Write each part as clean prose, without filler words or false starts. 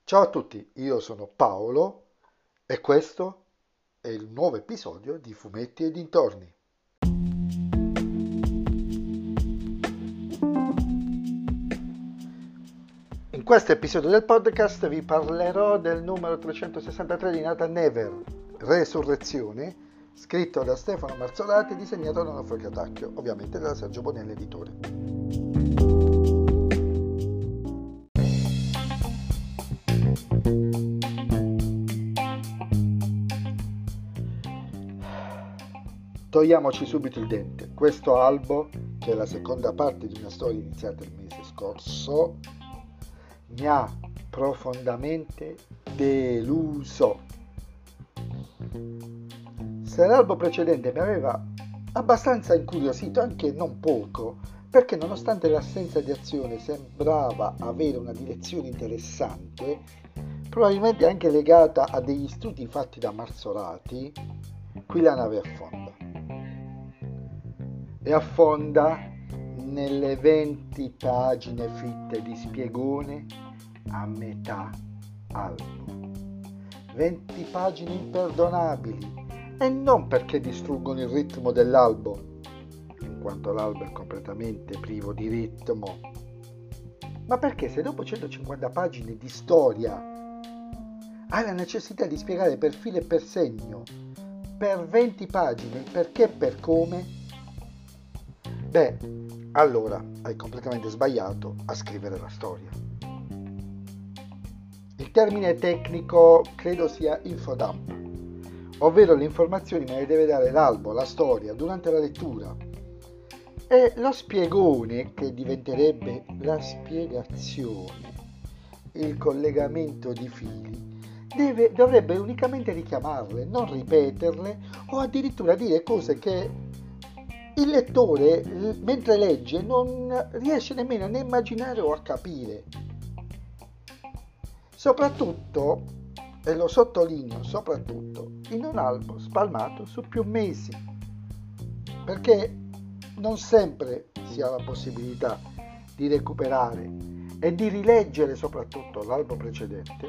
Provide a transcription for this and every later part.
Ciao a tutti, io sono Paolo e questo è il nuovo episodio di Fumetti e dintorni. In questo episodio del podcast vi parlerò del numero 363 di Nathan Never, Resurrezione, scritto da Stefano Marzolati e disegnato da Onofre Catacchio, ovviamente da Sergio Bonelli editore. Togliamoci subito il dente. Questo albo, che è la seconda parte di una storia iniziata il mese scorso, mi ha profondamente deluso. Se l'albo precedente mi aveva abbastanza incuriosito, anche non poco, perché nonostante l'assenza di azione sembrava avere una direzione interessante, probabilmente anche legata a degli studi fatti da Marzolati, qui la nave affonda. E affonda nelle 20 pagine fitte di spiegone a metà albo. 20 pagine imperdonabili, e non perché distruggono il ritmo dell'albo, in quanto l'albo è completamente privo di ritmo, ma perché se dopo 150 pagine di storia hai la necessità di spiegare per filo e per segno, per 20 pagine, il perché e per come, beh, allora hai completamente sbagliato a scrivere la storia. Il termine tecnico credo sia infodump, ovvero le informazioni me le deve dare l'albo, la storia, durante la lettura. E lo spiegone, che diventerebbe la spiegazione, il collegamento di fili, dovrebbe unicamente richiamarle, non ripeterle o addirittura dire cose che il lettore, mentre legge, non riesce nemmeno a immaginare o a capire. Soprattutto, e lo sottolineo, soprattutto in un albo spalmato su più mesi, perché non sempre si ha la possibilità di recuperare e di rileggere soprattutto l'albo precedente,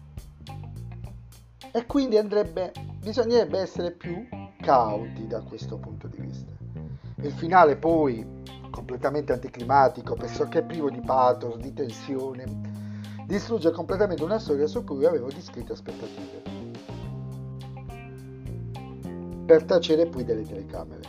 e quindi bisognerebbe essere più cauti da questo punto di vista. Il finale poi, completamente anticlimatico, pressoché privo di pathos, di tensione, distrugge completamente una storia su cui avevo discrete aspettative, per tacere poi delle telecamere.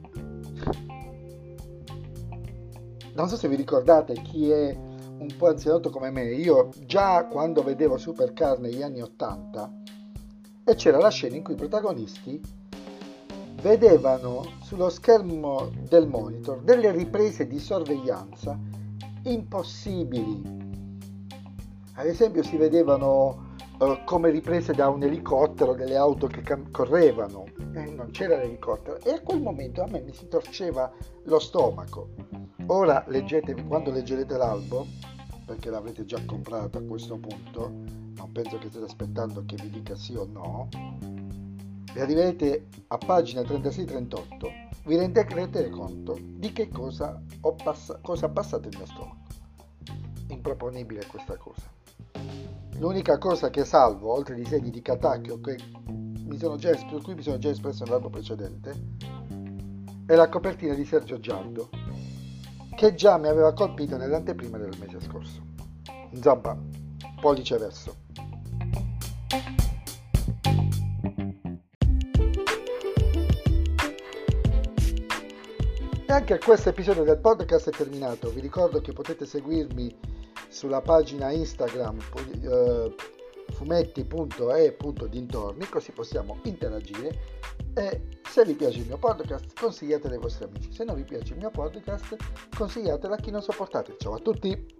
Non so se vi ricordate, chi è un po' anzianotto come me, io già quando vedevo Supercar negli anni 80, e c'era la scena in cui i protagonisti vedevano sullo schermo del monitor delle riprese di sorveglianza impossibili. Ad esempio si vedevano come riprese da un elicottero delle auto che correvano, e non c'era l'elicottero, e a quel momento a me mi si torceva lo stomaco. Ora quando leggerete l'albo, perché l'avrete già comprato a questo punto, non penso che state aspettando che vi dica sì o no, e arriverete a pagina 36-38, vi renderete conto di che cosa ha passato il mio stomaco. Improponibile questa cosa. L'unica cosa che salvo, oltre ai disegni di Catacchio per cui mi sono già espresso nell'albo precedente, è la copertina di Sergio Giardo, che già mi aveva colpito nell'anteprima del mese scorso. Insomma, pollice verso. E anche questo episodio del podcast è terminato. Vi ricordo che potete seguirmi sulla pagina Instagram fumetti.e.dintorni, così possiamo interagire, e se vi piace il mio podcast consigliatelo ai vostri amici, se non vi piace il mio podcast consigliatelo a chi non sopportate. Ciao a tutti!